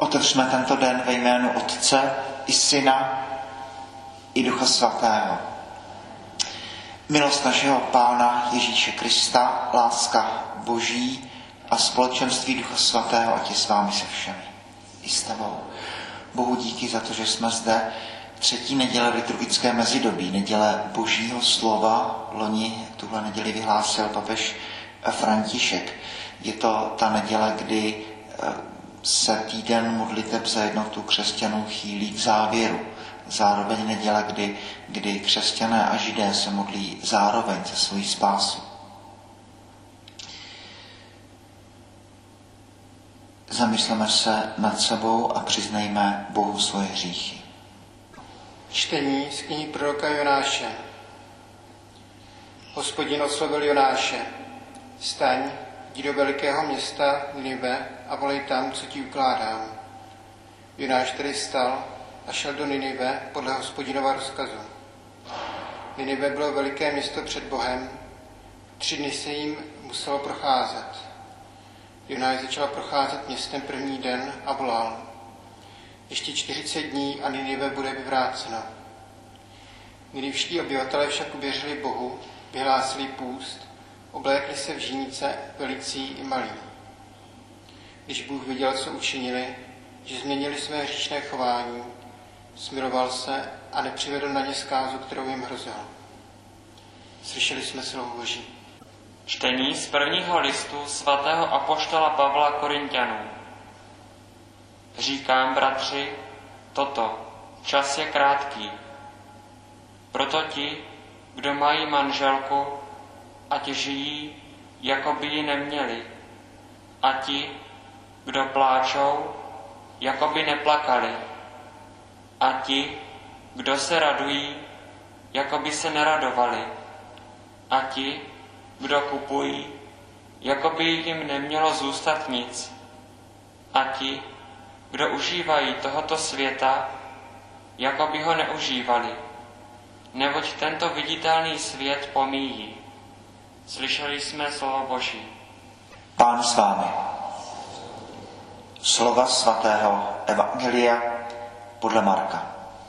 Otevřme tento den ve jménu Otce i Syna i Ducha Svatého. Milost našeho Pána Ježíše Krista, láska Boží a společenství Ducha Svatého, ať je s vámi se všemi. I s tebou. Bohu díky za to, že jsme zde třetí neděle liturgické mezidobí, neděle Božího slova. Loni tuhle neděli vyhlásil papež František. Je to ta neděle, kdy se týden modliteb za jednotu křesťanů chýlí k závěru. Zároveň neděle, kdy křesťané a židé se modlí zároveň za svoji spásu. Zamysleme se nad sebou a přiznejme Bohu svoje hříchy. Čtení z knihy proroka Jonáše. Hospodin oslovil Jonáše: Vstaň, jdi do velikého města Ninive a volej tam, co ti ukládám. Jonáš tedy vstal a šel do Ninive podle Hospodinova rozkazu. Ninive bylo veliké město před Bohem, 3 dny se jim muselo procházet. Jonáš začal procházet městem první den a volal: Ještě 40 dní a Ninive bude vyvrácena. Ninivští obyvatelé však uvěřili Bohu, vyhlásili půst, oblékli se v žínice velicí i malí. Když Bůh viděl, co učinili, že změnili své hříšné chování, smiloval se a nepřivedl na ně zkázu, kterou jim hrozil. Slyšeli jsme slovo Boží. Čtení z prvního listu svatého apoštola Pavla Korinťanům. Říkám, bratři, toto, čas je krátký. Proto ti, kdo mají manželku, ať žijí, jako by ji neměli. A ti, kdo pláčou, jako by neplakali. A ti, kdo se radují, jako by se neradovali. A ti, kdo kupují, jako by jim nemělo zůstat nic. A ti, kdo užívají tohoto světa, jako by ho neužívali. Neboť tento viditelný svět pomíjí. Slyšeli jsme slovo Boží. Pán s vámi. Slova svatého Evangelia podle Marka.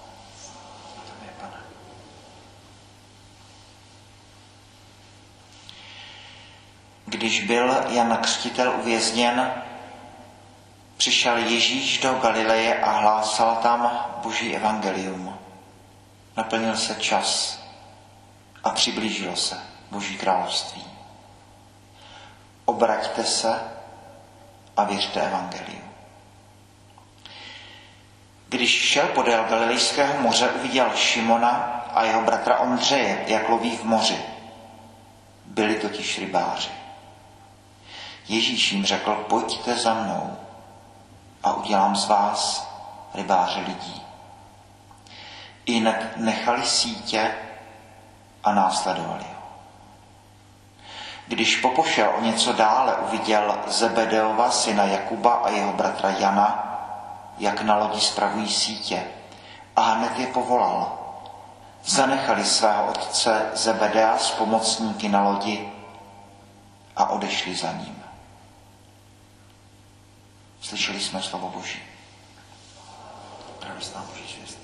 Když byl Jan Křtitel uvězněn, přišel Ježíš do Galileje a hlásal tam Boží evangelium. Naplnil se čas a přiblížilo se Boží království. Obraťte se a věřte evangeliu. Když šel podél Galilejského moře, uviděl Šimona a jeho bratra Ondřeje, jak loví v moři. Byli totiž rybáři. Ježíš jim řekl: Pojďte za mnou a udělám z vás rybáře lidí. Jinak nechali sítě a následovali ho. Když popošel o něco dále, uviděl Zebedeova syna Jakuba a jeho bratra Jana, jak na lodi spravují sítě, a hned je povolal. Zanechali svého otce Zebedea s pomocníky na lodi a odešli za ním. Slyšeli jsme slovo Boží. Pravostná Boží zvěst.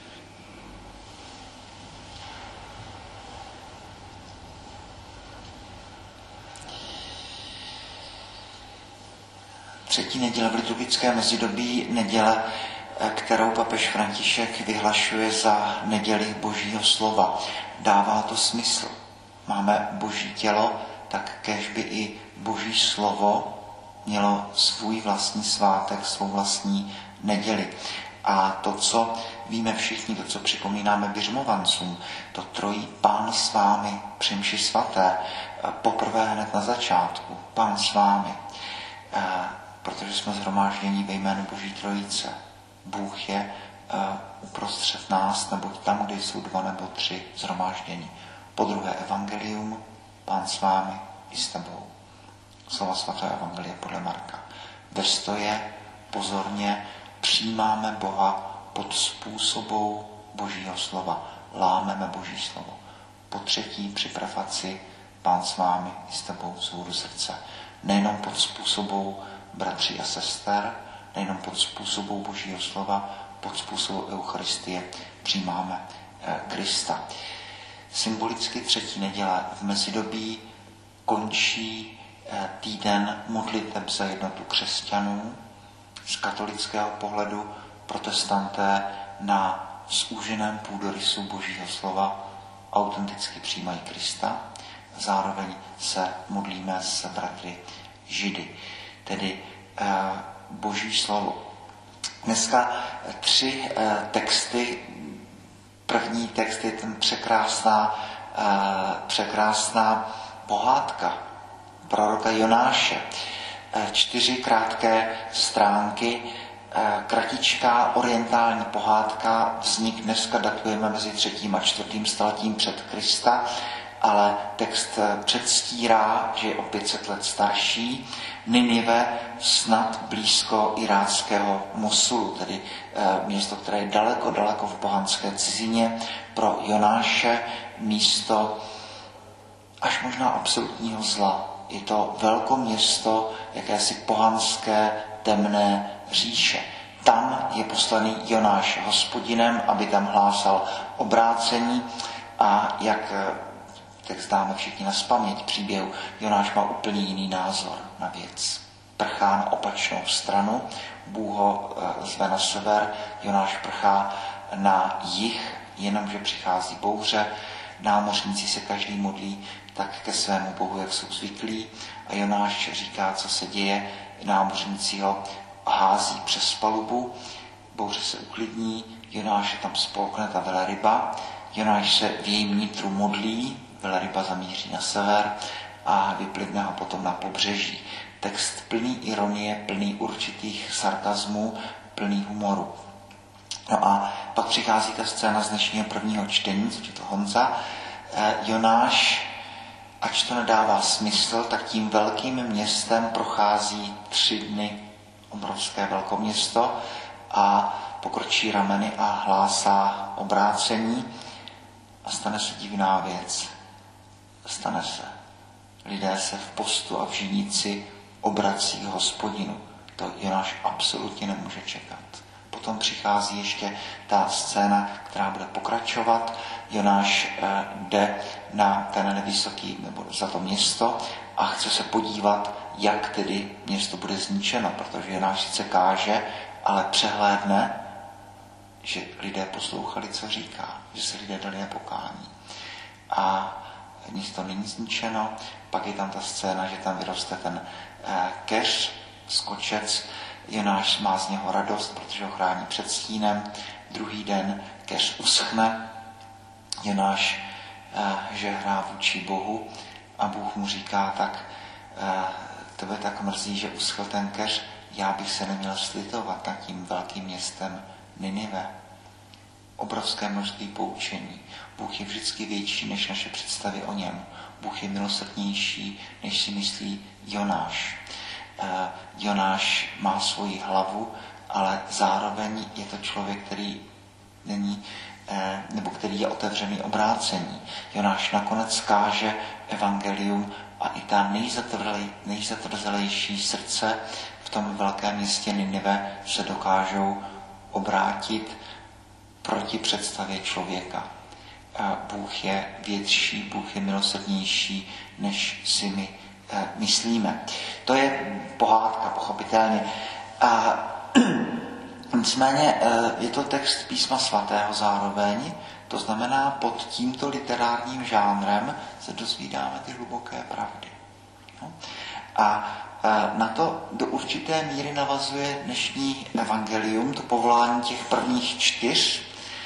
Třetí neděle v liturgické mezidobí, neděle, kterou papež František vyhlašuje za neděli Božího slova. Dává to smysl. Máme Boží tělo, tak kéž by i Boží slovo mělo svůj vlastní svátek, svou vlastní neděli. A to, co víme všichni, to, co připomínáme běžmovancům, to trojí Pán s vámi při mši svaté, poprvé hned na začátku, Pán s vámi, protože jsme shromážděni ve jménu Boží trojice. Bůh je uprostřed nás, neboť tam, kde jsou 2 nebo 3 shromáždění. Podruhé evangelium, Pán s vámi i s tebou. Slova svatého evangelia podle Marka. Ve stoje pozorně přijímáme Boha pod způsobou Božího slova. Lámeme Boží slovo. Po třetí při prefaci Pán s vámi i s tebou, svobodu srdce. Nejenom pod způsobou bratří a sester, nejenom pod způsobou Božího slova, pod způsobou Eucharistie přijímáme Krista. Symbolicky třetí neděle v mezidobí končí týden modliteb za jednotu křesťanů. Z katolického pohledu protestanté na zúženém půdorysu Božího slova autenticky přijímají Krista. Zároveň se modlíme s bratry Židy, tedy Boží slovo. Dneska 3 texty. První text je ten překrásná pohádka proroka Jonáše. 4 krátké stránky, kratičká orientální pohádka. Vznik dneska datujeme mezi 3. a 4. stoletím před Krista, ale text předstírá, že je o 500 let starší. Ninive snad blízko iráckého Mosulu, tedy město, které je daleko, daleko v pohanské cizině. Pro Jonáše místo až možná absolutního zla. Je to velkoměsto jakési pohanské temné říše. Tam je poslaný Jonáš Hospodinem, aby tam hlásal obrácení a jak tak zdáme všichni nazpaměť příběhu, Jonáš má úplně jiný názor na věc. Prchá na opačnou stranu, Bůh ho zve na sever, Jonáš prchá na jih, jenomže přichází bouře, námořníci se každý modlí tak ke svému Bohu, jak jsou zvyklí, a Jonáš říká, co se děje, námořníci ho hází přes palubu, bouře se uklidní, Jonáš tam spolkne ta velryba, Jonáš se v jejím nitru modlí, velryba zamíří na sever a vyplivne ho potom na pobřeží. Text plný ironie, plný určitých sarkazmů, plný humoru. No a pak přichází ta scéna z dnešního prvního čtení, což je to Honza. Jonáš, ač to nedává smysl, tak tím velkým městem prochází 3 dny, obrovské velkoměsto, a pokročí rameny a hlásá obrácení a stane se divná věc. Stane se. Lidé se v postu a v žinici obrací k Hospodinu. To Jonáš absolutně nemůže čekat. Potom přichází ještě ta scéna, která bude pokračovat. Jonáš jde na ten nevysoký, nebo za to město a chce se podívat, jak tedy město bude zničeno, protože Jonáš sice káže, ale přehlédne, že lidé poslouchali, co říká, že se lidé dali na pokání. A město není zničeno, pak je tam ta scéna, že tam vyroste ten keř, skočec, Jonáš má z něho radost, protože ho chrání před stínem. Druhý den keř uschne, Jonáš žehrá vůči Bohu a Bůh mu říká, tak tebe tak mrzí, že uschl ten keř, já bych se neměl slitovat nad tím velkým městem Ninive. Obrovské množství poučení. Bůh je vždycky větší než naše představy o něm. Bůh je milosrdnější, než si myslí Jonáš. Jonáš má svoji hlavu, ale zároveň je to člověk, který není, nebo který je otevřený obrácení. Jonáš nakonec káže evangelium a i ta nejzatvrzelejší srdce v tom velkém městě Ninive se dokážou obrátit proti představě člověka. Bůh je větší, Bůh je milosrdnější, než si my myslíme. To je pohádka, pochopitelně. A nicméně je to text Písma svatého zároveň, to znamená, pod tímto literárním žánrem se dozvídáme ty hluboké pravdy. No? A na to do určité míry navazuje dnešní evangelium, to povolání těch prvních 4.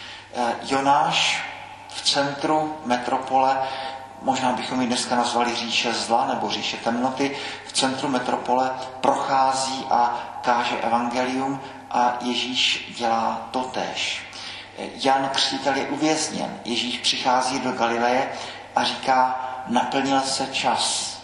Jonáš v centru metropole, možná bychom ji dneska nazvali říše zla nebo říše temnoty, v centru metropole prochází a káže evangelium a Ježíš dělá totéž. Jan Křtitel je uvězněn, Ježíš přichází do Galileje a říká, naplnil se čas.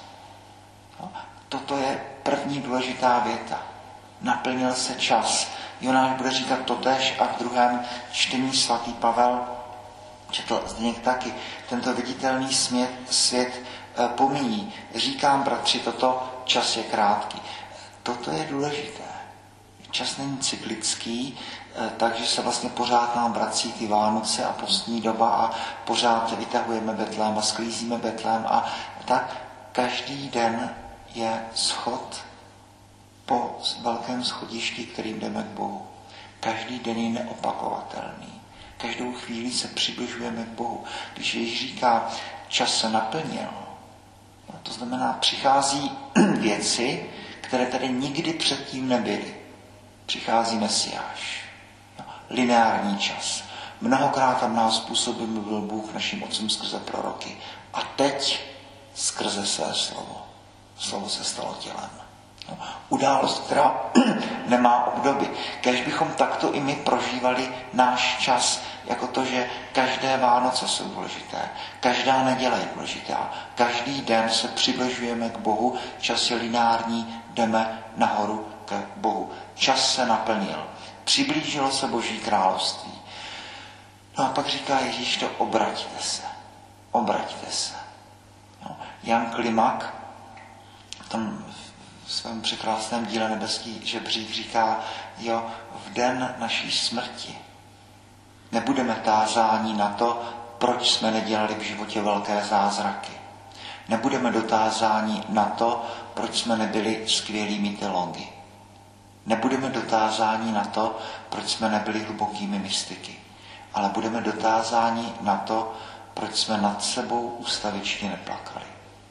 Toto je první důležitá věta. Naplnil se čas. Jonáš bude říkat totéž a v druhém čtení svatý Pavel četl Zdeněk taky. Tento viditelný svět pomíjí. Říkám, bratři, toto čas je krátký. Toto je důležité. Čas není cyklický, takže se vlastně pořád nám vrací ty Vánoce a postní doba a pořád vytahujeme betlém a sklízíme betlém a tak každý den je schod po velkém schodišti, kterým jdeme k Bohu. Každý den je neopakovatelný. Každou chvíli se přibližujeme k Bohu. Když Ježíš říká, čas se naplnil, to znamená, přichází věci, které tady nikdy předtím nebyly. Přichází Mesiáš. Lineární čas. Mnohokrát tam nás způsobil byl Bůh našim otcům skrze proroky. A teď skrze své slovo. Slovo se stalo tělem. Událost, která nemá obdoby. Kéž bychom takto i my prožívali náš čas, jako to, že každé Vánoce jsou důležité, každá neděle je důležitá, každý den se přibližujeme k Bohu, čas je lineární, jdeme nahoru k Bohu. Čas se naplnil, přiblížilo se Boží království. No a pak říká Ježíš to, obraťte se, obraťte se. No, Jan Klimak tam v svém překrásném díle Nebeský žebřík říká, jo, v den naší smrti nebudeme tázáni na to, proč jsme nedělali v životě velké zázraky. Nebudeme dotázáni na to, proč jsme nebyli skvělými teology. Nebudeme dotázáni na to, proč jsme nebyli hlubokými mystiky. Ale budeme dotázáni na to, proč jsme nad sebou ústavičně neplakali.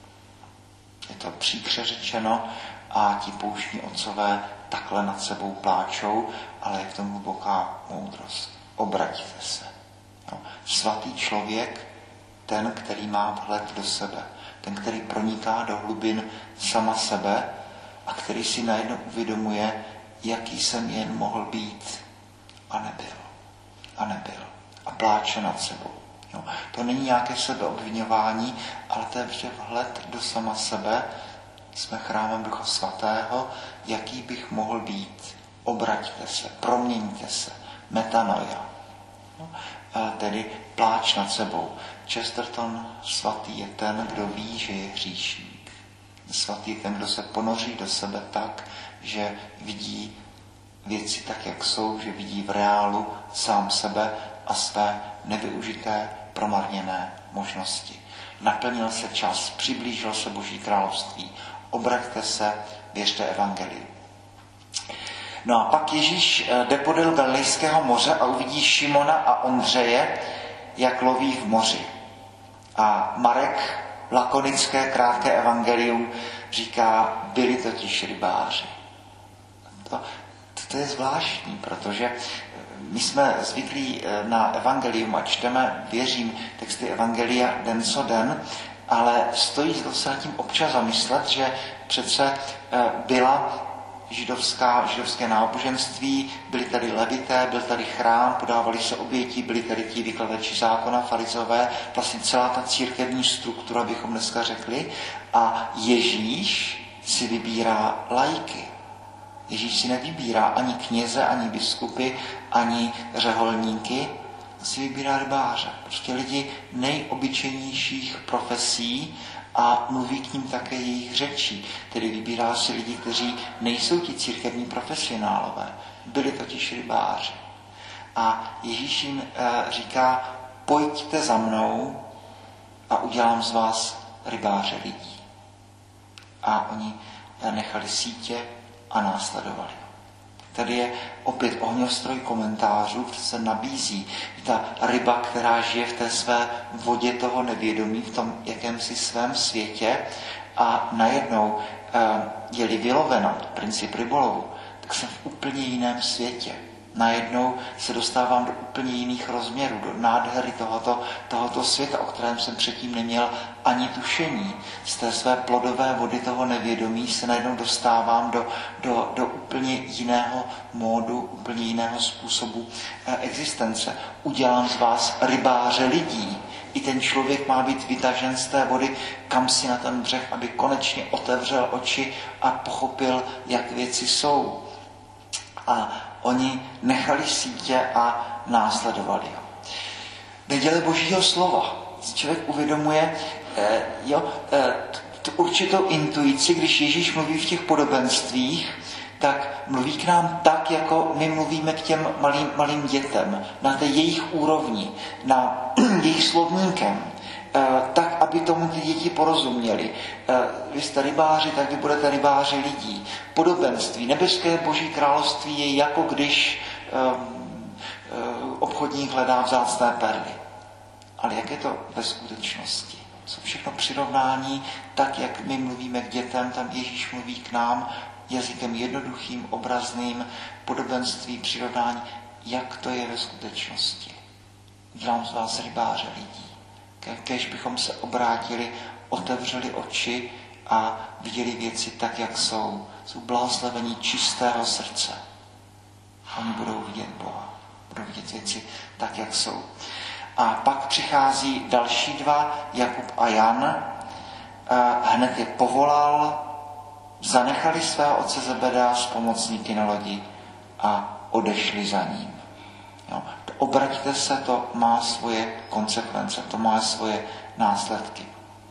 Je to příkře řečeno a ti pouštní otcové takhle nad sebou pláčou, ale je v tom hluboká moudrost. Obraťte se. No. Svatý člověk, ten, který má vhled do sebe, ten, který proniká do hlubin sama sebe a který si najednou uvědomuje, jaký jsem jen mohl být a nebyl. A nebyl. A pláče nad sebou. No. To není nějaké sebeobviňování, ale to je vždy vhled do sama sebe. Jsme chrámem Ducha Svatého, jaký bych mohl být. Obraťte se, proměňte se. Metanoia. No, tedy pláč nad sebou. Chesterton svatý je ten, kdo ví, že je hříšník. Svatý je ten, kdo se ponoří do sebe tak, že vidí věci tak, jak jsou, že vidí v reálu sám sebe a své nevyužité, promarněné možnosti. Naplnil se čas, přiblížil se Boží království. Obraťte se, věřte evangeliu. No a pak Ježíš jde podél Galilejského moře a uvidí Šimona a Ondřeje, jak loví v moři. A Marek, lakonické, krátké evangelium, říká, byli totiž rybáři. To je zvláštní, protože my jsme zvyklí na evangelium a čteme, věřím, texty evangelia den co den, ale stojí se nad tím občas zamyslet, že přece byla židovské náboženství, byli tady levité, byl tady chrám, podávali se oběti, byli tady ti vykladači zákona, farizové, vlastně celá ta církevní struktura, bychom dneska řekli. A Ježíš si vybírá laiky. Ježíš si nevybírá ani kněze, ani biskupy, ani řeholníky, si vybírá rybáře. Prostě lidi nejobyčejnějších profesí a mluví k ním také jejich řečí. Tedy vybírá si lidi, kteří nejsou ti církevní profesionálové. Byli totiž rybáři. A Ježíš jim říká, pojďte za mnou a udělám z vás rybáře lidí. A oni nechali sítě a následovali. Tady je opět ohňostroj komentářů, který se nabízí. Ta ryba, která žije v té své vodě toho nevědomí, v tom jakémsi svém světě a najednou je-li vylovena, princip rybolovu, tak jsem v úplně jiném světě. Najednou se dostávám do úplně jiných rozměrů, do nádhery tohoto světa, o kterém jsem předtím neměl ani tušení. Z té své plodové vody toho nevědomí se najednou dostávám do úplně jiného módu, úplně jiného způsobu existence. Udělám z vás rybáře lidí. I ten člověk má být vytažen z té vody, kam si na ten břeh, aby konečně otevřel oči a pochopil, jak věci jsou. A oni nechali sítě a následovali ho. Neděle Božího slova. Člověk uvědomuje tu určitou intuici, když Ježíš mluví v těch podobenstvích, tak mluví k nám tak, jako my mluvíme k těm malým dětem, na té jejich úrovni, na jejich slovníkem, tak, aby tomu ty děti porozuměli. Vy jste rybáři, tak vy budete rybáři lidí. Podobenství, nebeské boží království je jako když obchodník hledá vzácné perly. Ale jak je to ve skutečnosti? Jsou všechno přirovnání, tak, jak my mluvíme k dětem, tam Ježíš mluví k nám jazykem jednoduchým, obrazným, podobenství, přirovnání. Jak to je ve skutečnosti? Dělám z vás rybáře lidí. Kéž bychom se obrátili, otevřeli oči a viděli věci tak, jak jsou. Jsou blahoslavení čistého srdce. Oni budou vidět Boha. Budou vidět věci tak, jak jsou. A pak přichází další dva, Jakub a Jan. Hned je povolal, zanechali svého otce Zebedea s pomocníky na lodi a odešli za ním. Jo. Obraťte se, to má svoje konsekvence, to má svoje následky.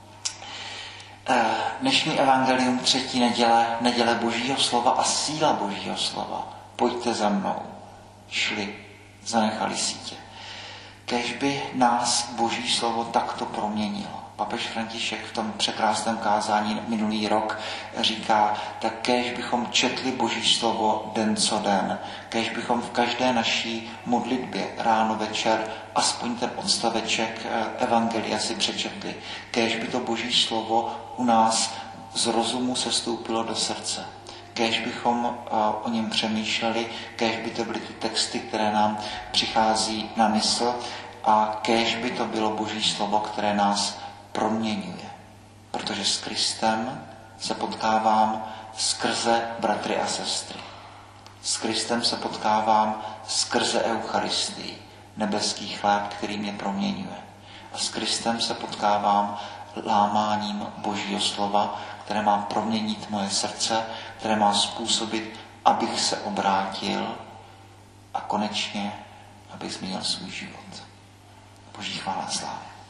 Dnešní evangelium, 3. neděle Božího slova a síla Božího slova. Pojďte za mnou. Šli, zanechali sítě. Kéž by nás Boží slovo takto proměnilo. Papež František v tom překrásném kázání minulý rok říká, tak kéž bychom četli Boží slovo den co den, kéž bychom v každé naší modlitbě ráno, večer, aspoň ten odstaveček evangelia si přečetli, kéž by to Boží slovo u nás z rozumu sestoupilo do srdce. Kéž bychom o něm přemýšleli, kéž by to byly ty texty, které nám přichází na mysl a kéž by to bylo Boží slovo, které nás proměňuje. Protože s Kristem se potkávám skrze bratry a sestry. S Kristem se potkávám skrze Eucharistii, nebeský chléb, který mě proměňuje. A s Kristem se potkávám lámáním Božího slova, které má proměnit moje srdce, které má způsobit, abych se obrátil a konečně, abych změnil svůj život. Boží chvála a sláva.